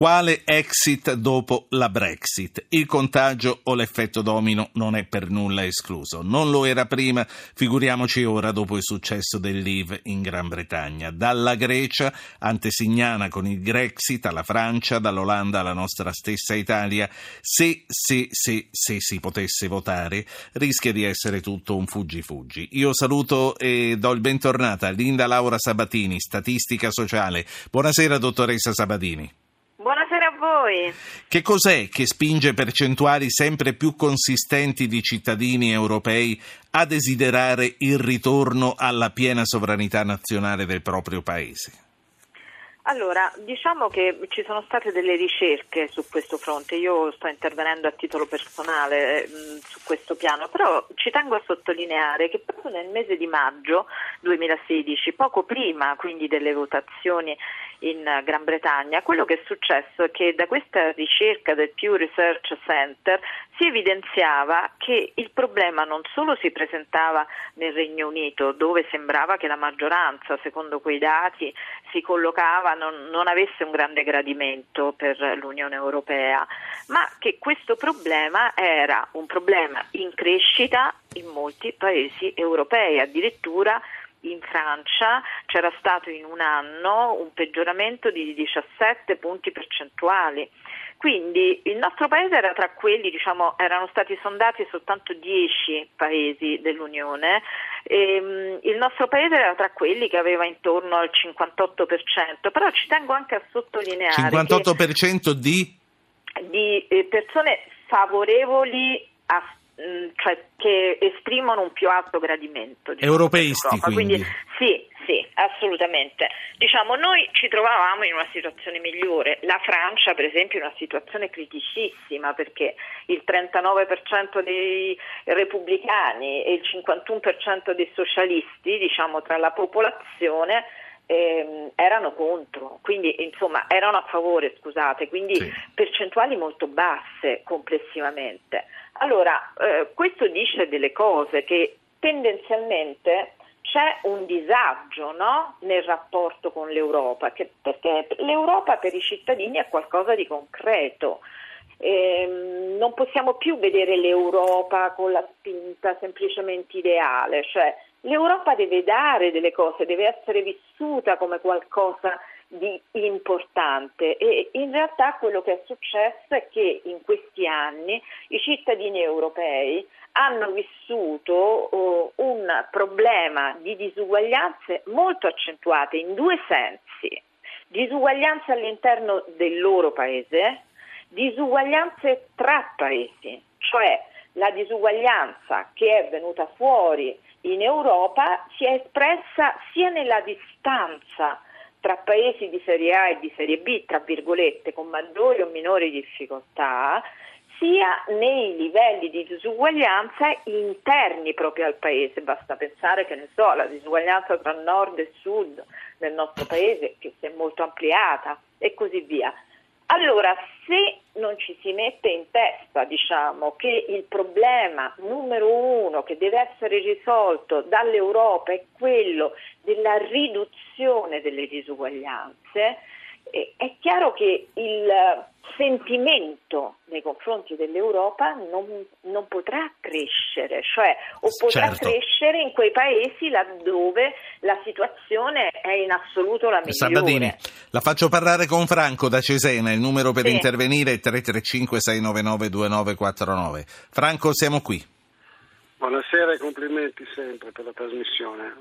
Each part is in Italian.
Quale exit dopo la Brexit? Il contagio o l'effetto domino non è per nulla escluso. Non lo era prima, figuriamoci ora dopo il successo del Leave in Gran Bretagna. Dalla Grecia, antesignana con il Grexit, alla Francia, dall'Olanda alla nostra stessa Italia. Se si potesse votare, rischia di essere tutto un fuggi-fuggi. Io saluto e do il bentornato a Linda Laura Sabatini, statistica sociale. Buonasera, dottoressa Sabatini. Buonasera a voi. Che cos'è che spinge percentuali sempre più consistenti di cittadini europei a desiderare il ritorno alla piena sovranità nazionale del proprio paese? Allora, diciamo che ci sono state delle ricerche su questo fronte, io sto intervenendo a titolo personale su questo piano, però ci tengo a sottolineare che proprio nel mese di maggio 2016, poco prima quindi delle votazioni in Gran Bretagna, quello che è successo è che da questa ricerca del Pew Research Center si evidenziava che il problema non solo si presentava nel Regno Unito, dove sembrava che la maggioranza, secondo quei dati, si collocava, non avesse un grande gradimento per l'Unione Europea, ma che questo problema era un problema in crescita in molti paesi europei, addirittura in Francia c'era stato in un anno un peggioramento di 17 punti percentuali. Quindi il nostro paese era tra quelli, erano stati sondati soltanto 10 paesi dell'Unione, il nostro paese era tra quelli che aveva intorno al 58%, però ci tengo anche a sottolineare 58% di persone favorevoli cioè che esprimono un più alto gradimento. Europeisti, quindi. Sì, assolutamente. Noi ci trovavamo in una situazione migliore. La Francia, per esempio, è una situazione criticissima perché il 39% dei repubblicani e il 51% dei socialisti, tra la popolazione, erano contro, quindi erano a favore, quindi sì. Percentuali molto basse complessivamente. Allora, questo dice delle cose, che tendenzialmente c'è un disagio, no? Nel rapporto con l'Europa, perché l'Europa per i cittadini è qualcosa di concreto. Non possiamo più vedere l'Europa con la spinta semplicemente ideale, cioè l'Europa deve dare delle cose, deve essere vissuta come qualcosa di importante, e in realtà quello che è successo è che in questi anni i cittadini europei hanno vissuto un problema di disuguaglianze molto accentuate in due sensi: disuguaglianze all'interno del loro paese, disuguaglianze tra paesi, cioè la disuguaglianza che è venuta fuori in Europa si è espressa sia nella distanza tra paesi di serie A e di serie B, tra virgolette, con maggiori o minori difficoltà, sia nei livelli di disuguaglianza interni proprio al paese. Basta pensare, alla disuguaglianza tra nord e sud del nostro paese, che si è molto ampliata, e così via. Allora, se non ci si mette in testa, che il problema numero uno che deve essere risolto dall'Europa è quello della riduzione delle disuguaglianze, è chiaro che il sentimento nei confronti dell'Europa non potrà crescere, potrà crescere in quei paesi laddove la situazione è in assoluto la migliore. Sabatini, la faccio parlare con Franco da Cesena, il numero per intervenire è 335-699-2949. Franco, siamo qui. Buonasera e complimenti sempre per la trasmissione.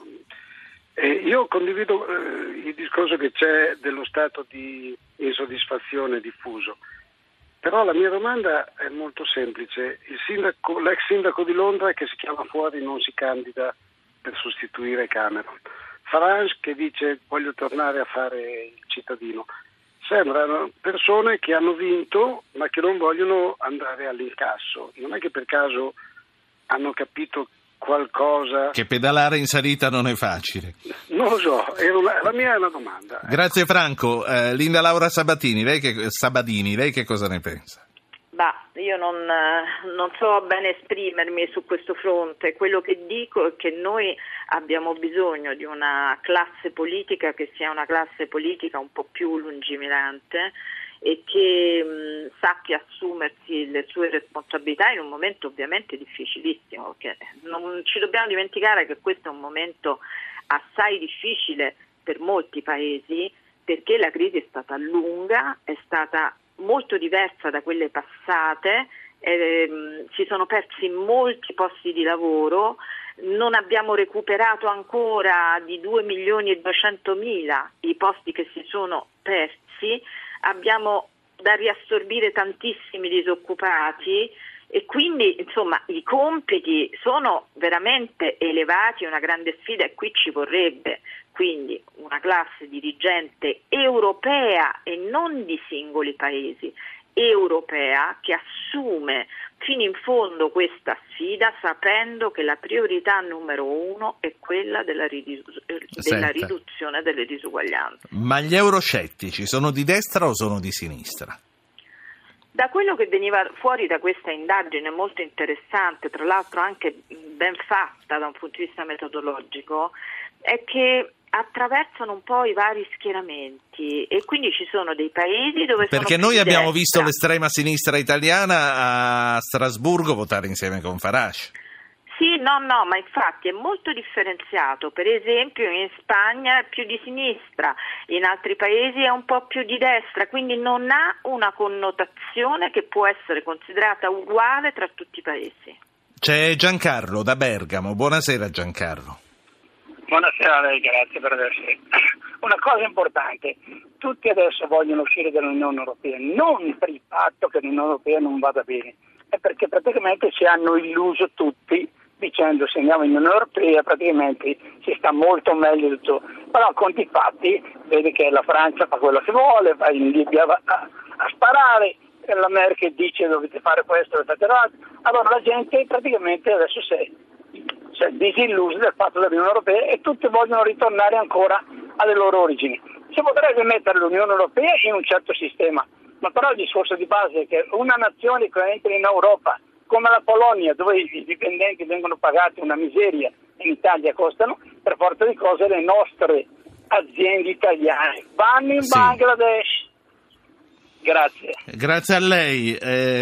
Io condivido il discorso che c'è dello stato di insoddisfazione diffuso, però la mia domanda è molto semplice. L'ex sindaco di Londra che si chiama fuori non si candida per sostituire Cameron. Farage che dice voglio tornare a fare il cittadino. Sembrano persone che hanno vinto ma che non vogliono andare all'incasso. Non è che per caso hanno capito qualcosa? Che pedalare in salita non è facile. Non lo so, la mia è una domanda. Grazie Franco. Linda Laura Sabatini, lei che cosa ne pensa? Io non so bene esprimermi su questo fronte. Quello che dico è che noi abbiamo bisogno di una classe politica che sia una classe politica un po' più lungimirante e che sappia assumersi le sue responsabilità in un momento ovviamente difficilissimo, perché non ci dobbiamo dimenticare che questo è un momento assai difficile per molti paesi, perché la crisi è stata lunga, è stata molto diversa da quelle passate, si sono persi molti posti di lavoro, non abbiamo recuperato ancora di 2.200.000 i posti che si sono persi, abbiamo da riassorbire tantissimi disoccupati e quindi insomma i compiti sono veramente elevati, una grande sfida, e qui ci vorrebbe quindi una classe dirigente europea e non di singoli paesi, europea, che assume fino in fondo questa sfida sapendo che la priorità numero 1 è quella della riduzione delle disuguaglianze. Ma gli euroscettici sono di destra o sono di sinistra? Da quello che veniva fuori da questa indagine molto interessante, tra l'altro anche ben fatta da un punto di vista metodologico, è che attraversano un po' i vari schieramenti e quindi ci sono dei paesi dove perché sono noi abbiamo destra. visto l'estrema sinistra italiana a Strasburgo votare insieme con Farage. Sì, no, ma infatti è molto differenziato. Per esempio in Spagna è più di sinistra, in altri paesi è un po' più di destra, quindi non ha una connotazione che può essere considerata uguale tra tutti i paesi. C'è Giancarlo da Bergamo. Buonasera Giancarlo. Buonasera a lei, grazie per averci. Una cosa importante, tutti adesso vogliono uscire dall'Unione Europea, non per il fatto che l'Unione Europea non vada bene, è perché praticamente ci hanno illuso tutti dicendo se andiamo in Unione Europea praticamente si sta molto meglio di tutto, però a conti fatti vede che la Francia fa quello che vuole, va in Libia a sparare, la Merkel dice dovete fare questo, dovete fare l'altro, allora la gente praticamente adesso si è disillusa del fatto dell'Unione Europea e tutti vogliono ritornare ancora alle loro origini. Si potrebbe mettere l'Unione Europea in un certo sistema, ma però il discorso di base è che una nazione che entra in Europa come la Polonia, dove i dipendenti vengono pagati una miseria, in Italia costano, per forza di cose le nostre aziende italiane vanno in Bangladesh. Grazie. Grazie a lei.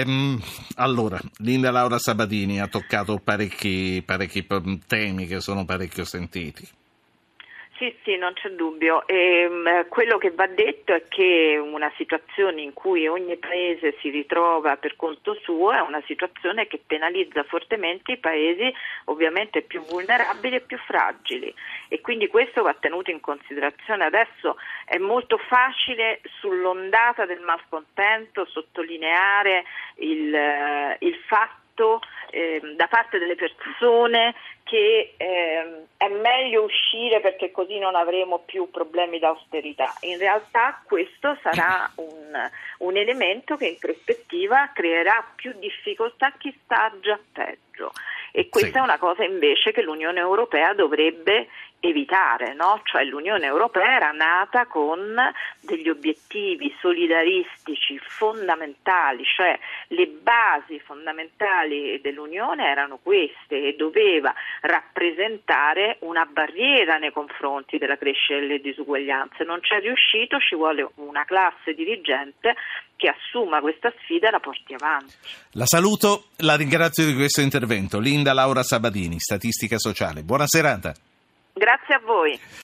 Allora, Linda Laura Sabatini ha toccato parecchi temi che sono parecchio sentiti. Sì, non c'è dubbio. Quello che va detto è che una situazione in cui ogni paese si ritrova per conto suo è una situazione che penalizza fortemente i paesi ovviamente più vulnerabili e più fragili, e quindi questo va tenuto in considerazione. Adesso è molto facile sull'ondata del malcontento sottolineare il fatto da parte delle persone che è meglio uscire perché così non avremo più problemi d'austerità. In realtà questo sarà un elemento che in prospettiva creerà più difficoltà a chi sta già peggio, e questa è una cosa invece che l'Unione Europea dovrebbe evitare, no? Cioè l'Unione Europea era nata con degli obiettivi solidaristici fondamentali, cioè le basi fondamentali dell'Unione erano queste e doveva rappresentare una barriera nei confronti della crescita delle disuguaglianze. Non c'è riuscito, ci vuole una classe dirigente che assuma questa sfida e la porti avanti. La saluto, la ringrazio di questo intervento. Linda Laura Sabatini, Statistica Sociale. Buona serata. Grazie a voi.